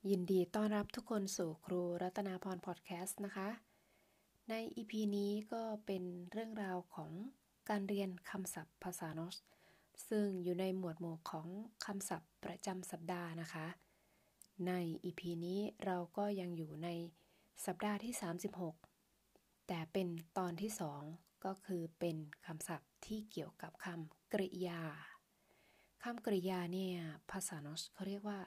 ยินดีต้อนรับทุกคนสู่ครูรัตนาพรพอดแคสต์นะคะใน EP นี้ก็เป็นเรื่องราวของการเรียนคำศัพท์ภาษาโนสซึ่งอยู่ในหมวดหมู่ของคำศัพท์ประจำสัปดาห์นะคะใน EP นี้เราก็ยังอยู่ในสัปดาห์ที่36แต่เป็นตอนที่2ก็คือเป็นคำศัพท์ที่เกี่ยวกับคำกริยาคำกริยาเนี่ยภาษาโนสเขาเรียกว่า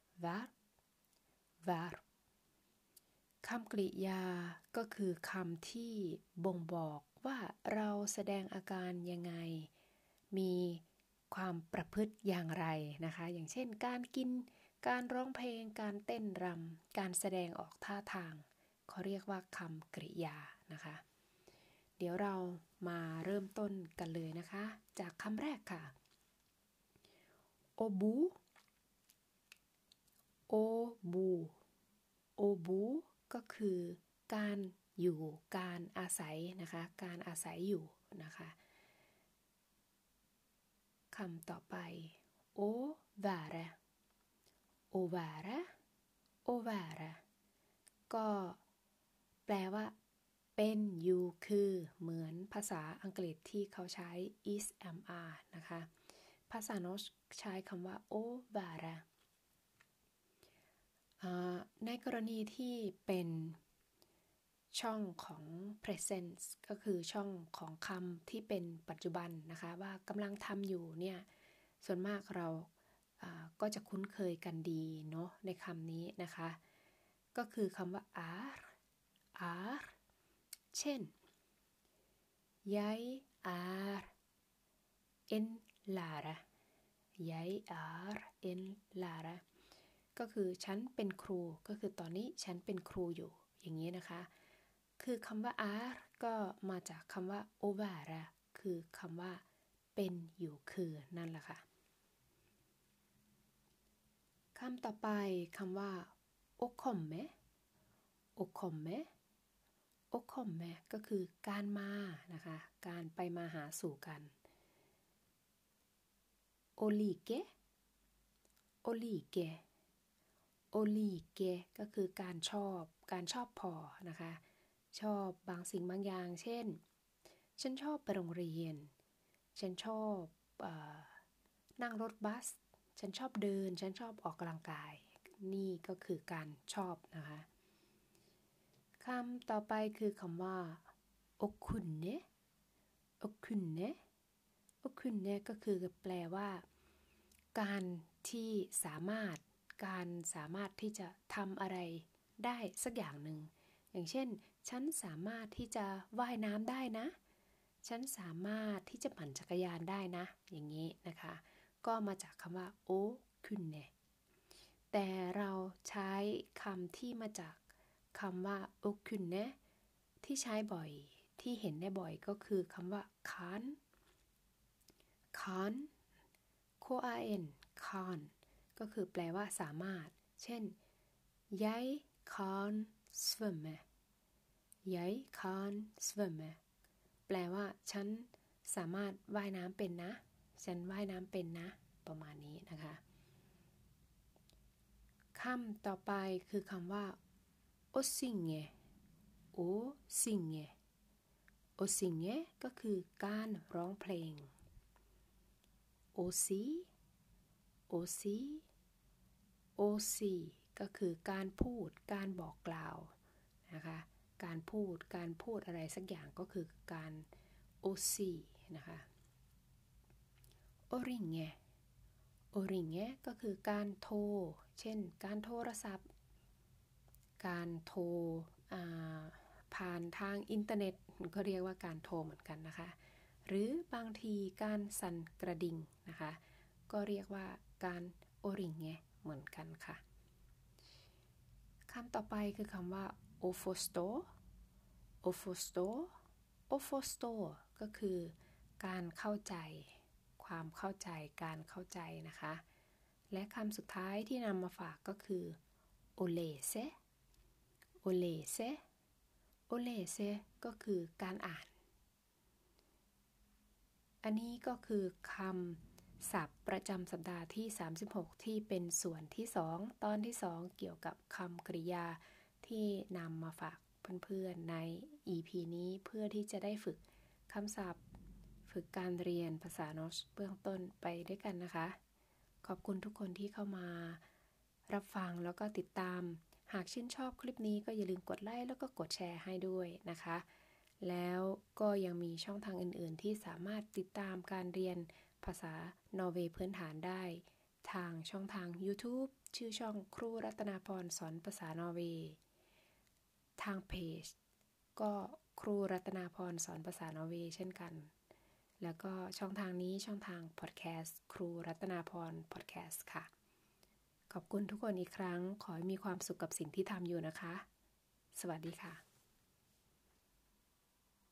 verb คำกริยาก็คือคำที่บ่งบอกว่าเราแสดงอาการยังไงมีความประพฤติอย่างไรนะคะอย่างเช่นการกินการร้องเพลงการเต้นรำการแสดงออกท่าทางเขาเรียกว่าคำกริยานะคะเดี๋ยวเรามาเริ่มต้นกันเลยนะคะจากคำแรกค่ะโอบูโอบูโอบูก็คือการอยู่การอาศัยนะคะการอาศัยอยู่นะคะคำต่อไปโอวาระโอวาระโอวาระก็แปลว่าเป็นอยู่คือเหมือนภาษาอังกฤษที่เขาใช้ is am are นะคะภาษาโนสใช้คำว่าโอวาระในกรณีที่เป็นช่องของ present ก็คือช่องของคำที่เป็นปัจจุบันนะคะว่ากำลังทำอยู่เนี่ยส่วนมากเราก็จะคุ้นเคยกันดีเนาะในคำนี้นะคะก็คือคำว่า are เช่น jag är en lärare jag är en lärare ก็คือฉันเป็นครูก็คือตอนนี้ฉันเป็นครูอยู่อย่างนี้นะคะคือคำว่า are ก็มาจากคำว่า ovara คือคำว่าเป็นอยู่คือนั่นแหละค่ะคำต่อไปคำว่า okomme okomme okomme ก็คือการมานะคะการไปมาหาสู่กัน olike olike olike ก็คือการชอบพอนะคะชอบบางสิ่งบางอย่างเช่นฉันชอบไปโรงเรียนฉันชอบนั่งรถบัสฉันชอบเดินฉันชอบออกกำลังกายนี่ก็คือการชอบนะคะคำต่อไปคือคำว่าโอคุนเนะโอคุนเนะโอคุนเนะก็คือแปลว่าการที่สามารถที่จะทำอะไรได้สักอย่างหนึ่งอย่างเช่นฉันสามารถที่จะว่ายน้ำได้นะฉันสามารถที่จะปั่นจักรยานได้นะอย่างนี้นะคะก็มาจากคำว่าโอคุนเนะแต่เราใช้คำที่มาจากคำว่าโอคุนเนะที่ใช้บ่อยที่เห็นได้บ่อยก็คือคำว่าkan kan ก็คือแปลว่าสามารถเช่น jag kan svømme jag kan svømme แปลว่าฉันสามารถว่ายน้ำเป็นนะฉันว่ายน้ำเป็นนะประมาณนี้นะคะคำต่อไปคือคำว่า osinge osinge osinge ก็คือการร้องเพลง osi osi osi ก็คือการพูดการบอกกล่าวนะคะการพูดอะไรสักอย่างก็คือการ osi นะคะ oringe oringe ก็คือการโทรเช่นการโทรศัพท์การโทรผ่านทางอินเทอร์เน็ตก็เรียกว่าการโทรเหมือนกันนะคะหรือบางทีการสั่นกระดิ่งนะคะก็เรียกว่าการโอริงเงเหมือนกันค่ะคำต่อไปคือคำว่า ofosto ofosto ofosto ก็คือการเข้าใจความเข้าใจการเข้าใจนะคะและคำสุดท้ายที่นำมาฝากก็คือ olese olese olese ก็คือการอ่านอันนี้ก็คือคศัพท์ประจำสัปดาห์ที่36ที่เป็นส่วนที่2ตอนที่2เกี่ยวกับคำกริยาที่นำมาฝากเพื่อนๆใน EP นี้เพื่อที่จะได้ฝึกคำศัพท์ฝึกการเรียนภาษาโนชเบื้องต้นไปด้วยกันนะคะขอบคุณทุกคนที่เข้ามารับฟังแล้วก็ติดตามหากชื่นชอบคลิปนี้ก็อย่าลืมกดไลค์แล้วก็กดแชร์ให้ด้วยนะคะแล้วก็ยังมีช่องทางอื่นๆที่สามารถติดตามการเรียนภาษานอร์เวย์พื้นฐานได้ทางช่องทาง YouTube ชื่อช่องครูรัตนาพรสอนภาษานอร์เวย์ทางเพจก็ครูรัตนาพรสอนภาษานอร์เวย์เช่นกันแล้วก็ช่องทางนี้ช่องทางพอดแคสต์ครูรัตนาพรพอดแคสต์ค่ะขอบคุณทุกคนอีกครั้งขอให้มีความสุขกับสิ่งที่ทำอยู่นะคะสวัสดีค่ะ